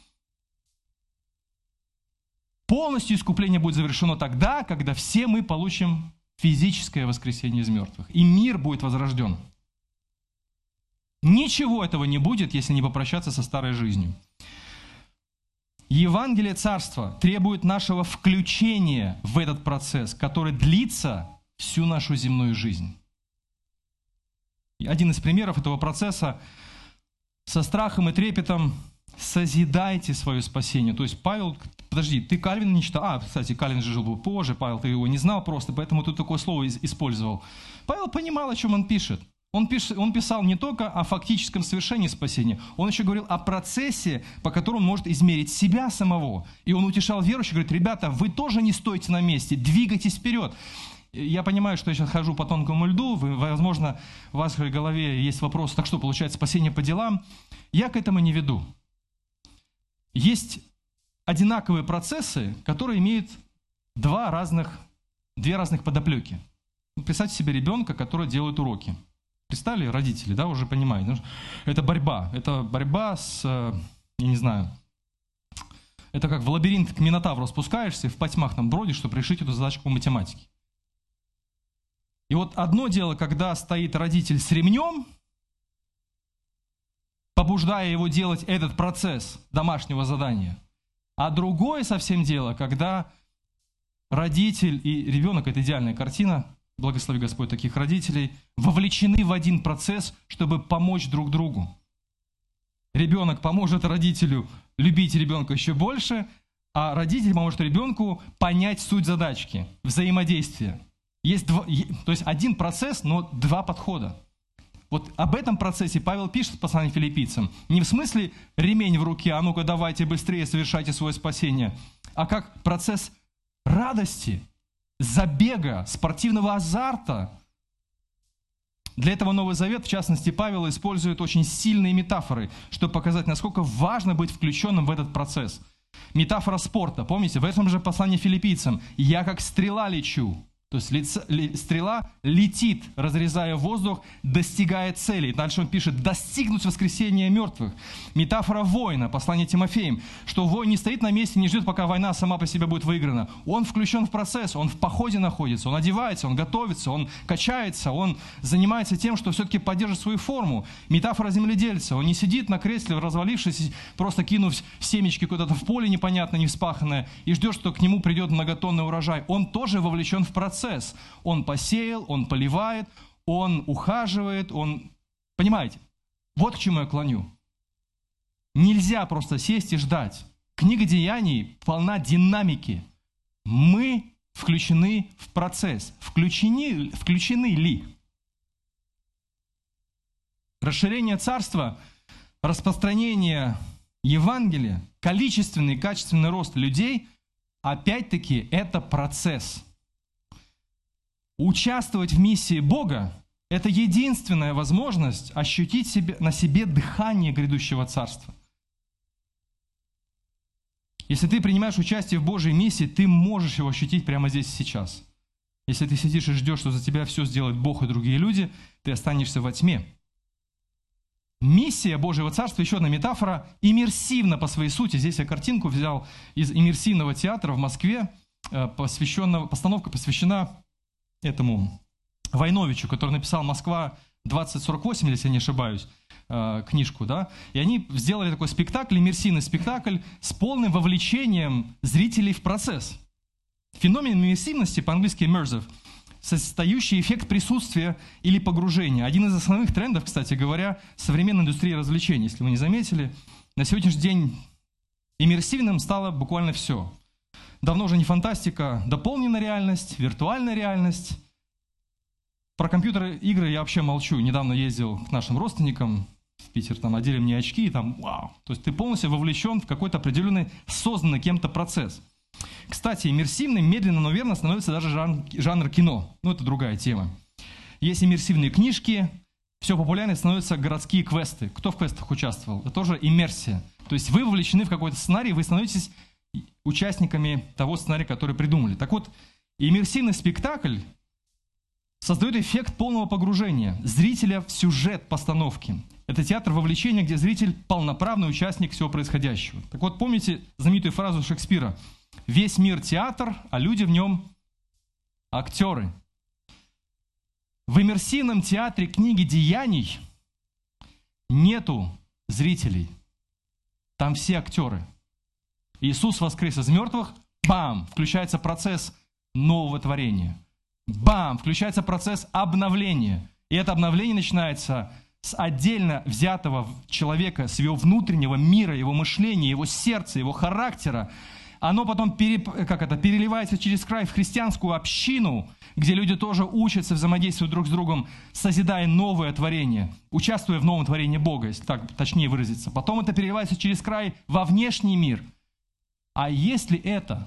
Полностью искупление будет завершено тогда, когда все мы получим физическое воскресение из мертвых. И мир будет возрожден. Ничего этого не будет, если не попрощаться со старой жизнью. Евангелие Царства требует нашего включения в этот процесс, который длится всю нашу земную жизнь. И один из примеров этого процесса: со страхом и трепетом созидайте свое спасение. То есть Павел, подожди, ты Кальвина не читал? А, кстати, Кальвин же жил позже, Павел, ты его не знал просто, поэтому ты такое слово использовал. Павел понимал, о чем он пишет. Он, пиш, он писал не только о фактическом совершении спасения, он еще говорил о процессе, по которому он может измерить себя самого. И он утешал верующих, говорит: ребята, вы тоже не стойте на месте, двигайтесь вперед. Я понимаю, что я сейчас хожу по тонкому льду, вы, возможно, у вас в голове есть вопрос: так что, получается, спасение по делам? Я к этому не веду. Есть одинаковые процессы, которые имеют два разных, две разных подоплеки. Представьте себе ребенка, который делает уроки. Представили, родители, да, уже понимаете. Это борьба. Это борьба с, я не знаю, это как в лабиринт к Минотавру спускаешься, в потьмах там бродишь, чтобы решить эту задачку по математике. И вот одно дело, когда стоит родитель с ремнем, побуждая его делать этот процесс домашнего задания. А другое совсем дело, когда родитель и ребенок, это идеальная картина, благослови Господь таких родителей, вовлечены в один процесс, чтобы помочь друг другу. Ребенок поможет родителю любить ребенка еще больше, а родитель поможет ребенку понять суть задачки, взаимодействия. Есть два, то есть один процесс, но два подхода. Вот об этом процессе Павел пишет в послании филиппийцам. Не в смысле ремень в руке, а ну-ка давайте быстрее совершайте свое спасение, а как процесс радости, забега, спортивного азарта. Для этого Новый Завет, в частности, Павел использует очень сильные метафоры, чтобы показать, насколько важно быть включенным в этот процесс. Метафора спорта. Помните, в этом же послании филиппийцам: «Я как стрела лечу». То есть лица, ли, стрела летит, разрезая воздух, достигая цели. Дальше он пишет: достигнуть воскресения мертвых. Метафора воина, послание Тимофеем, что воин не стоит на месте, не ждет, пока война сама по себе будет выиграна. Он включен в процесс, он в походе находится, он одевается, он готовится, он качается, он занимается тем, что все-таки поддержит свою форму. Метафора земледельца, он не сидит на кресле, развалившись, просто кинув семечки куда-то в поле непонятно, не вспаханное, и ждет, что к нему придет многотонный урожай. Он тоже вовлечен в процесс. Он посеял, он поливает, он ухаживает, он... Понимаете? Вот к чему я клоню. Нельзя просто сесть и ждать. Книга Деяний полна динамики. Мы включены в процесс. Включены, включены ли? Расширение царства, распространение Евангелия, количественный и качественный рост людей, опять-таки, это процесс. Участвовать в миссии Бога – это единственная возможность ощутить себе, на себе дыхание грядущего царства. Если ты принимаешь участие в Божьей миссии, ты можешь его ощутить прямо здесь и сейчас. Если ты сидишь и ждешь, что за тебя все сделает Бог и другие люди, ты останешься во тьме. Миссия Божьего Царства, еще одна метафора, иммерсивна по своей сути. Здесь я картинку взял из иммерсивного театра в Москве. Посвященного, постановка посвящена этому Войновичу, который написал «Москва двадцать сорок восемь», если я не ошибаюсь, книжку, да, и они сделали такой спектакль, иммерсивный спектакль с полным вовлечением зрителей в процесс. Феномен иммерсивности, по-английски immersive, создающий эффект присутствия или погружения. Один из основных трендов, кстати говоря, современной индустрии развлечений, если вы не заметили, на сегодняшний день иммерсивным стало буквально все. Давно уже не фантастика, дополненная реальность, виртуальная реальность. Про компьютеры игры я вообще молчу. Недавно ездил к нашим родственникам в Питер, там одели мне очки, и там вау. То есть ты полностью вовлечен в какой-то определенный, созданный кем-то процесс. Кстати, иммерсивным, медленно, но верно становится даже жанр, жанр кино. Ну, это другая тема. Есть иммерсивные книжки, все популярнее становятся городские квесты. Кто в квестах участвовал? Это тоже иммерсия. То есть вы вовлечены в какой-то сценарий, вы становитесь участниками того сценария, который придумали. Так вот, иммерсивный спектакль создает эффект полного погружения зрителя в сюжет постановки. Это театр вовлечения, где зритель полноправный участник всего происходящего. Так вот, помните знаменитую фразу Шекспира? «Весь мир театр, а люди в нем актеры». В иммерсивном театре книги Деяний нету зрителей. Там все актеры. Иисус воскрес из мертвых, бам, включается процесс нового творения. Бам, включается процесс обновления. И это обновление начинается с отдельно взятого человека, с его внутреннего мира, его мышления, его сердца, его характера. Оно потом пере, как это, переливается через край в христианскую общину, где люди тоже учатся взаимодействовать друг с другом, созидая новое творение, участвуя в новом творении Бога, если так точнее выразиться. Потом это переливается через край во внешний мир. А если это?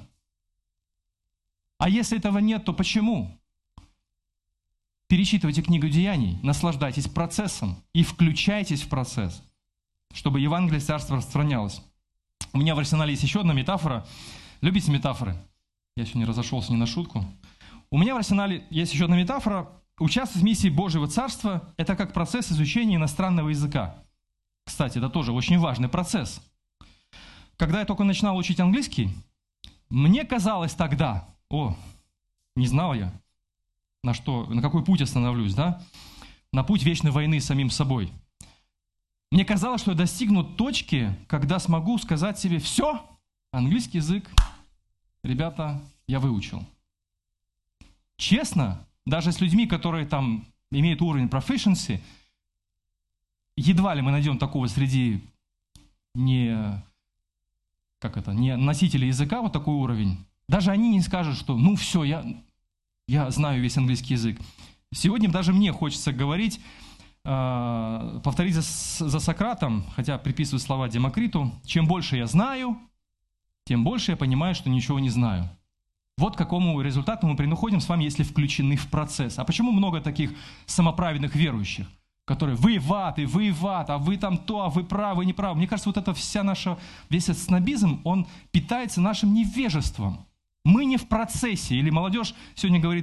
А если этого нет, то почему? Перечитывайте книгу Деяний, наслаждайтесь процессом и включайтесь в процесс, чтобы Евангелие Царства распространялось. У меня в арсенале есть еще одна метафора. Любите метафоры? Я еще не разошелся ни на шутку. У меня в арсенале есть еще одна метафора. Участвовать в миссии Божьего Царства – это как процесс изучения иностранного языка. Кстати, это тоже очень важный процесс. Когда я только начинал учить английский, мне казалось тогда, о, не знал я, на что, на какой путь остановлюсь, да? На путь вечной войны с самим собой. Мне казалось, что я достигну точки, когда смогу сказать себе: все, английский язык, ребята, я выучил. Честно, даже с людьми, которые там имеют уровень proficiency, едва ли мы найдем такого среди не, как это, не носителей языка, вот такой уровень. Даже они не скажут, что ну все, я, я знаю весь английский язык. Сегодня даже мне хочется говорить, э, повторить за, за Сократом, хотя приписываю слова Демокриту: чем больше я знаю, тем больше я понимаю, что ничего не знаю. Вот к какому результату мы приходим с вами, если включены в процесс. А почему много таких самоправедных верующих, которые вы в ад, и вы в ад, а вы там то, а вы правы, не правы? Мне кажется, вот это вся наша, весь этот снобизм, он питается нашим невежеством. Мы не в процессе. Или молодежь сегодня говорит: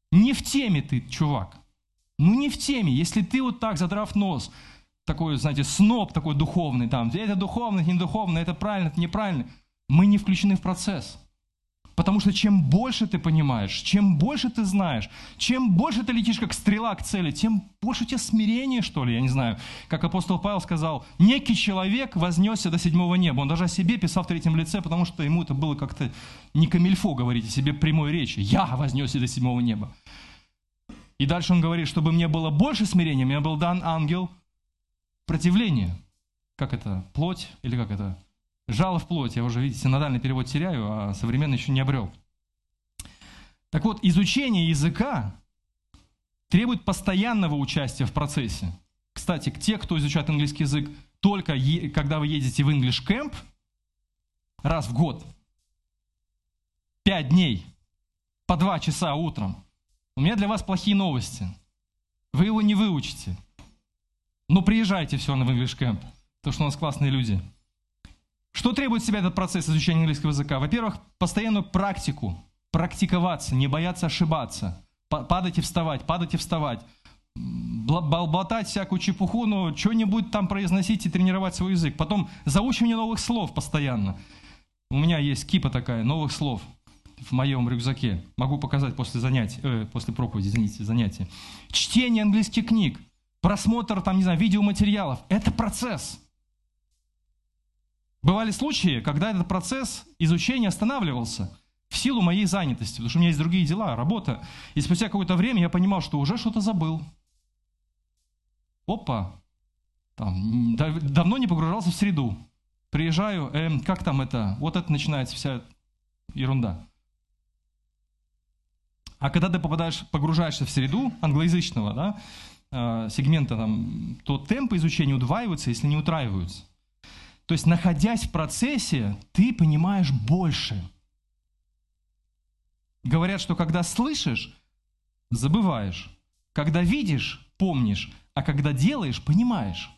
Не в теме ты, чувак. Ну не в теме. Если ты вот так, задрав нос, такой, знаете, сноб такой духовный, там, это духовно, это не духовно, это правильно, это неправильно, мы не включены в процесс. Потому что чем больше ты понимаешь, чем больше ты знаешь, чем больше ты летишь как стрела к цели, тем больше у тебя смирения, что ли, я не знаю. Как апостол Павел сказал, некий человек вознесся до седьмого неба. Он даже о себе писал в третьем лице, потому что ему это было как-то не камильфо говорить о себе прямой речи. Я вознесся до седьмого неба. И дальше он говорит, чтобы мне было больше смирения, мне был дан ангел противления. Как это? Плоть или как это? Жало в плоть, я уже, видите, синодальный перевод теряю, а современный еще не обрел. Так вот, изучение языка требует постоянного участия в процессе. Кстати, те, кто изучает английский язык, только е- когда вы едете в English Camp раз в год, пять дней, по два часа утром, у меня для вас плохие новости. Вы его не выучите. Но приезжайте все равно в English Camp, потому что у нас классные люди. Что требует себя этот процесс изучения английского языка? Во-первых, постоянную практику, практиковаться, не бояться ошибаться, падать и вставать, падать и вставать, болтать всякую чепуху, но что-нибудь там произносить и тренировать свой язык. Потом заучивание новых слов постоянно. У меня есть кипа такая новых слов в моем рюкзаке. Могу показать после занятий, э, после проповеди, извините, занятия. Чтение английских книг, просмотр, там, не знаю, видеоматериалов. Это процесс. Бывали случаи, когда этот процесс изучения останавливался в силу моей занятости, потому что у меня есть другие дела, работа. И спустя какое-то время я понимал, что уже что-то забыл. Опа, там, давно не погружался в среду. Приезжаю, э, как там это, вот это начинается вся ерунда. А когда ты попадаешь, погружаешься в среду англоязычного, да, э, сегмента, там, то темпы изучения удваиваются, если не утраиваются. То есть, находясь в процессе, ты понимаешь больше. Говорят, что когда слышишь, забываешь. Когда видишь, помнишь. А когда делаешь, понимаешь.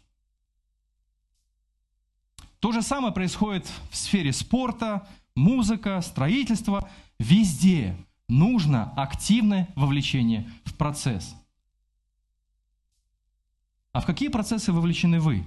То же самое происходит в сфере спорта, музыка, строительства. Везде нужно активное вовлечение в процесс. А в какие процессы вовлечены вы?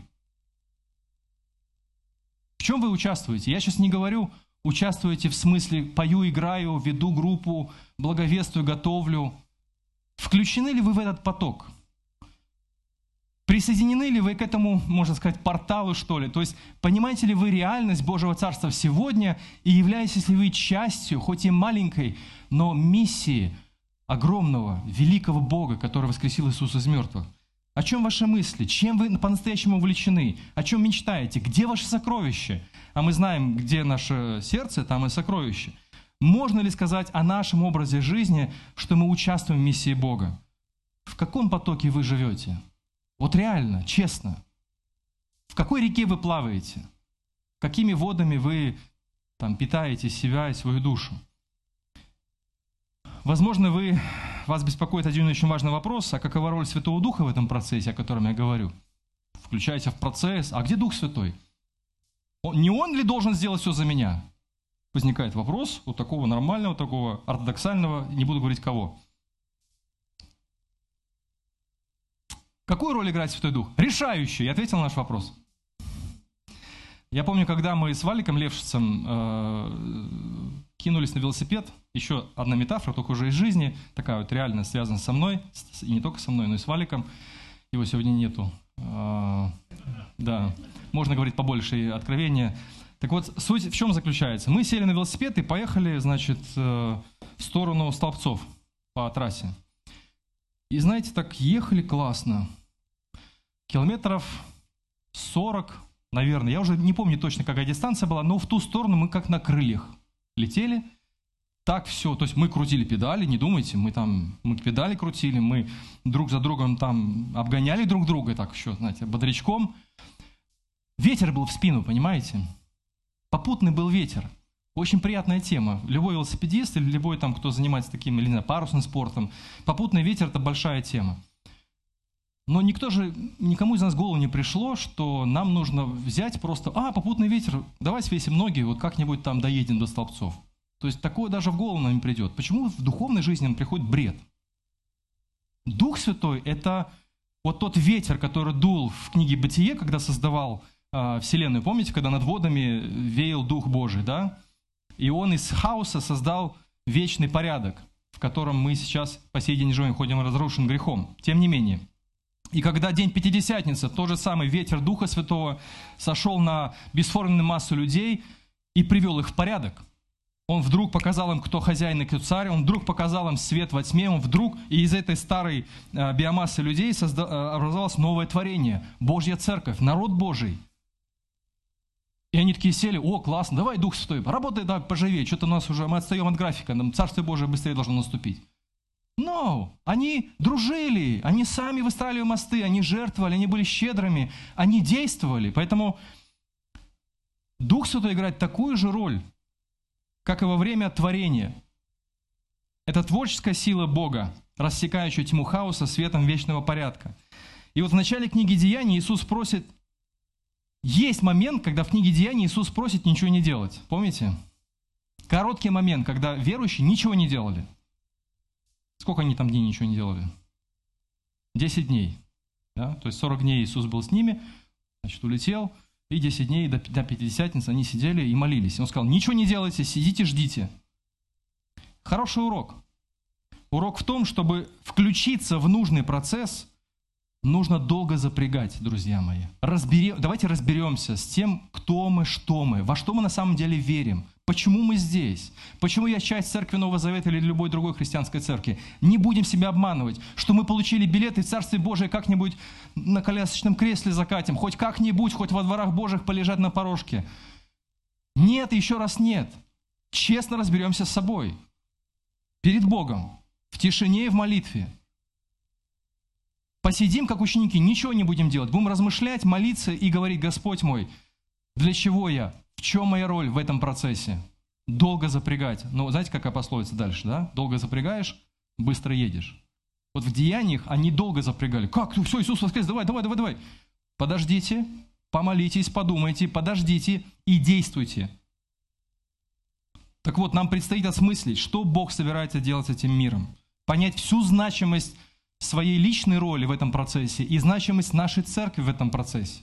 В чем вы участвуете? Я сейчас не говорю, участвуете в смысле пою, играю, веду группу, благовествую, готовлю. Включены ли вы в этот поток? Присоединены ли вы к этому, можно сказать, порталу, что ли? То есть, понимаете ли вы реальность Божьего Царства сегодня и являетесь ли вы частью, хоть и маленькой, но миссии огромного, великого Бога, который воскресил Иисуса из мертвых? О чем ваши мысли? Чем вы по-настоящему увлечены? О чем мечтаете? Где ваше сокровище? А мы знаем, где наше сердце, там и сокровище. Можно ли сказать о нашем образе жизни, что мы участвуем в миссии Бога? В каком потоке вы живете? Вот реально, честно. В какой реке вы плаваете? Какими водами вы там, питаете себя и свою душу? Возможно, вы, вас беспокоит один очень важный вопрос, а какова роль Святого Духа в этом процессе, о котором я говорю? Включайте в процесс. А где Дух Святой? Он, не Он ли должен сделать все за меня? Возникает вопрос у такого нормального, такого ортодоксального, не буду говорить кого. Какую роль играет Святой Дух? Решающую. Я ответил на наш вопрос. Я помню, когда мы с Валиком Левшицем э, кинулись на велосипед, еще одна метафора, только уже из жизни, такая вот реально связана со мной, и не только со мной, но и с Валиком. Его сегодня нету. Э, да, можно говорить побольше откровения. Так вот, суть в чем заключается? Мы сели на велосипед и поехали, значит, э, в сторону Столбцов по трассе. И знаете, так ехали классно. Километров сорок, наверное. Я уже не помню точно, какая дистанция была, но в ту сторону мы как на крыльях летели. Так все. То есть мы крутили педали, не думайте, мы там мы педали крутили, мы друг за другом там обгоняли друг друга, так еще, знаете, бодрячком. Ветер был в спину, понимаете? Попутный был ветер. Очень приятная тема. Любой велосипедист или любой там, кто занимается таким, или не знаю, парусным спортом, попутный ветер – это большая тема. Но никто же, никому из нас в голову не пришло, что нам нужно взять просто, а, попутный ветер, давай свесим ноги, вот как-нибудь там доедем до Столбцов. То есть такое даже в голову нам не придет. Почему в духовной жизни нам приходит бред? Дух Святой – это вот тот ветер, который дул в книге «Бытие», когда создавал э, Вселенную. Помните, когда над водами веял Дух Божий, да? И Он из хаоса создал вечный порядок, в котором мы сейчас по сей день живем, ходим разрушен грехом. Тем не менее. И когда день Пятидесятницы, тот же самый ветер Духа Святого сошел на бесформенную массу людей и привел их в порядок. Он вдруг показал им, кто хозяин и кто царь, он вдруг показал им свет во тьме, он вдруг, и из этой старой э, биомассы людей созда- э, образовалось новое творение, Божья Церковь, народ Божий. И они такие сели: о, классно, давай, Дух Святой, работай, давай, поживее, что-то у нас уже, мы отстаем от графика, нам Царствие Божие быстрее должно наступить. Но они дружили, они сами выстраивали мосты, они жертвовали, они были щедрыми, они действовали. Поэтому Дух Святой играет такую же роль, как и во время творения. Это творческая сила Бога, рассекающая тьму хаоса светом вечного порядка. И вот в начале книги Деяний Иисус просит, есть момент, когда в книге Деяний Иисус просит ничего не делать. Помните? Короткий момент, когда верующие ничего не делали. Сколько они там дней ничего не делали? Десять дней. Да? То есть сорок дней Иисус был с ними, значит, улетел. И десять дней до, до Пятидесятницы они сидели и молились. И он сказал: ничего не делайте, сидите, ждите. Хороший урок. Урок в том, чтобы включиться в нужный процесс, нужно долго запрягать, друзья мои. Разбере... Давайте разберемся с тем, кто мы, что мы, во что мы на самом деле верим. Почему мы здесь? Почему я часть церкви Нового Завета или любой другой христианской церкви? Не будем себя обманывать, что мы получили билеты в Царствие Божие, как-нибудь на колясочном кресле закатим, хоть как-нибудь, хоть во дворах Божьих полежать на порожке. Нет, еще раз нет. Честно разберемся с собой. Перед Богом. В тишине и в молитве. Посидим, как ученики, ничего не будем делать. Будем размышлять, молиться и говорить: Господь мой, для чего я? В чем моя роль в этом процессе? Долго запрягать. Ну, знаете, какая пословица дальше, да? Долго запрягаешь, быстро едешь. Вот в Деяниях они долго запрягали. Как? Все, Иисус воскрес, давай, давай, давай, давай. Подождите, помолитесь, подумайте, подождите и действуйте. Так вот, нам предстоит осмыслить, что Бог собирается делать с этим миром. Понять всю значимость своей личной роли в этом процессе и значимость нашей церкви в этом процессе.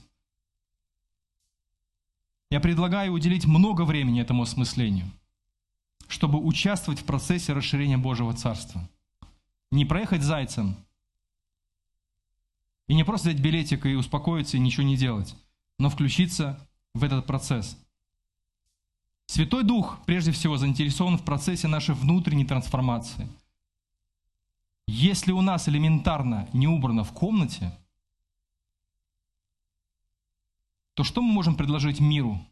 Я предлагаю уделить много времени этому осмыслению, чтобы участвовать в процессе расширения Божьего Царства. Не проехать зайцем, и не просто взять билетик и успокоиться, и ничего не делать, но включиться в этот процесс. Святой Дух, прежде всего, заинтересован в процессе нашей внутренней трансформации. Если у нас элементарно не убрано в комнате, то что мы можем предложить миру?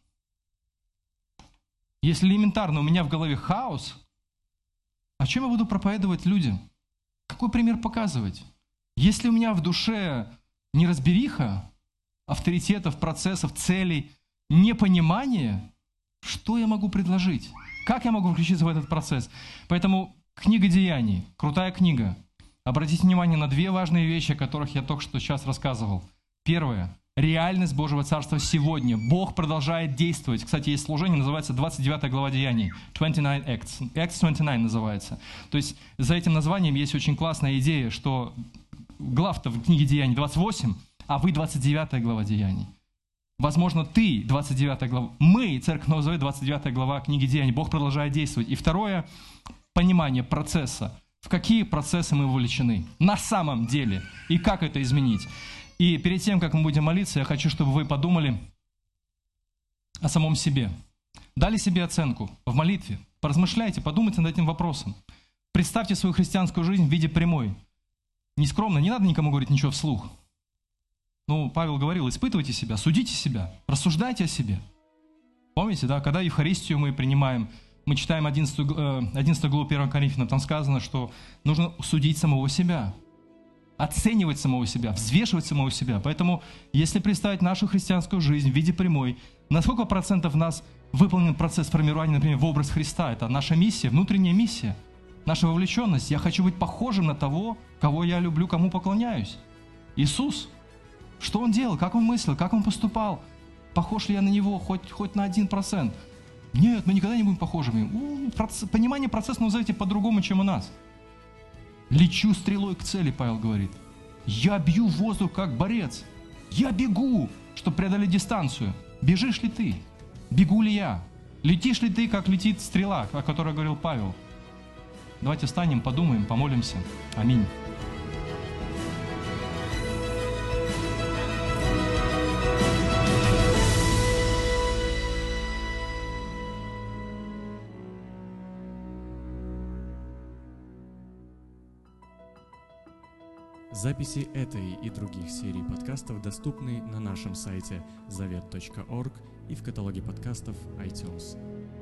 Если элементарно у меня в голове хаос, о чем я буду проповедовать людям? Какой пример показывать? Если у меня в душе неразбериха авторитетов, процессов, целей, непонимание, что я могу предложить? Как я могу включиться в этот процесс? Поэтому книга Деяний, крутая книга. Обратите внимание на две важные вещи, о которых я только что сейчас рассказывал. Первое. Реальность Божьего Царства сегодня. Бог продолжает действовать. Кстати, есть служение, называется двадцать девятая глава Деяний. двадцать девять Acts. Acts двадцать девять называется. То есть за этим названием есть очень классная идея, что глав-то в книге Деяний двадцать восемь, а вы двадцать девятая глава Деяний. Возможно, ты двадцать девятая глава. Мы, Церковь Нового Завета, двадцать девятая глава книги Деяний. Бог продолжает действовать. И второе, понимание процесса. В какие процессы мы вовлечены на самом деле и как это изменить. И перед тем, как мы будем молиться, я хочу, чтобы вы подумали о самом себе. Дали себе оценку в молитве. Поразмышляйте, подумайте над этим вопросом. Представьте свою христианскую жизнь в виде прямой. Нескромно, не надо никому говорить ничего вслух. Ну, Павел говорил: испытывайте себя, судите себя, рассуждайте о себе. Помните, да, когда Евхаристию мы принимаем, мы читаем одиннадцатую, одиннадцатую главу первого Коринфянам, там сказано, что нужно судить самого себя, оценивать самого себя, взвешивать самого себя. Поэтому, если представить нашу христианскую жизнь в виде прямой, на сколько процентов в нас выполнен процесс формирования, например, в образ Христа? Это наша миссия, внутренняя миссия, наша вовлеченность. Я хочу быть похожим на того, кого я люблю, кому поклоняюсь. Иисус. Что Он делал, как Он мыслил, как Он поступал? Похож ли я на Него хоть, хоть на один процент? Нет, мы никогда не будем похожими. У, процесс, понимание процесса, назовите по-другому, чем у нас. Лечу стрелой к цели, Павел говорит. Я бью в воздух, как борец. Я бегу, чтобы преодолеть дистанцию. Бежишь ли ты? Бегу ли я? Летишь ли ты, как летит стрела, о которой говорил Павел? Давайте встанем, подумаем, помолимся. Аминь. Записи этой и других серий подкастов доступны на нашем сайте завет точка орг и в каталоге подкастов iTunes.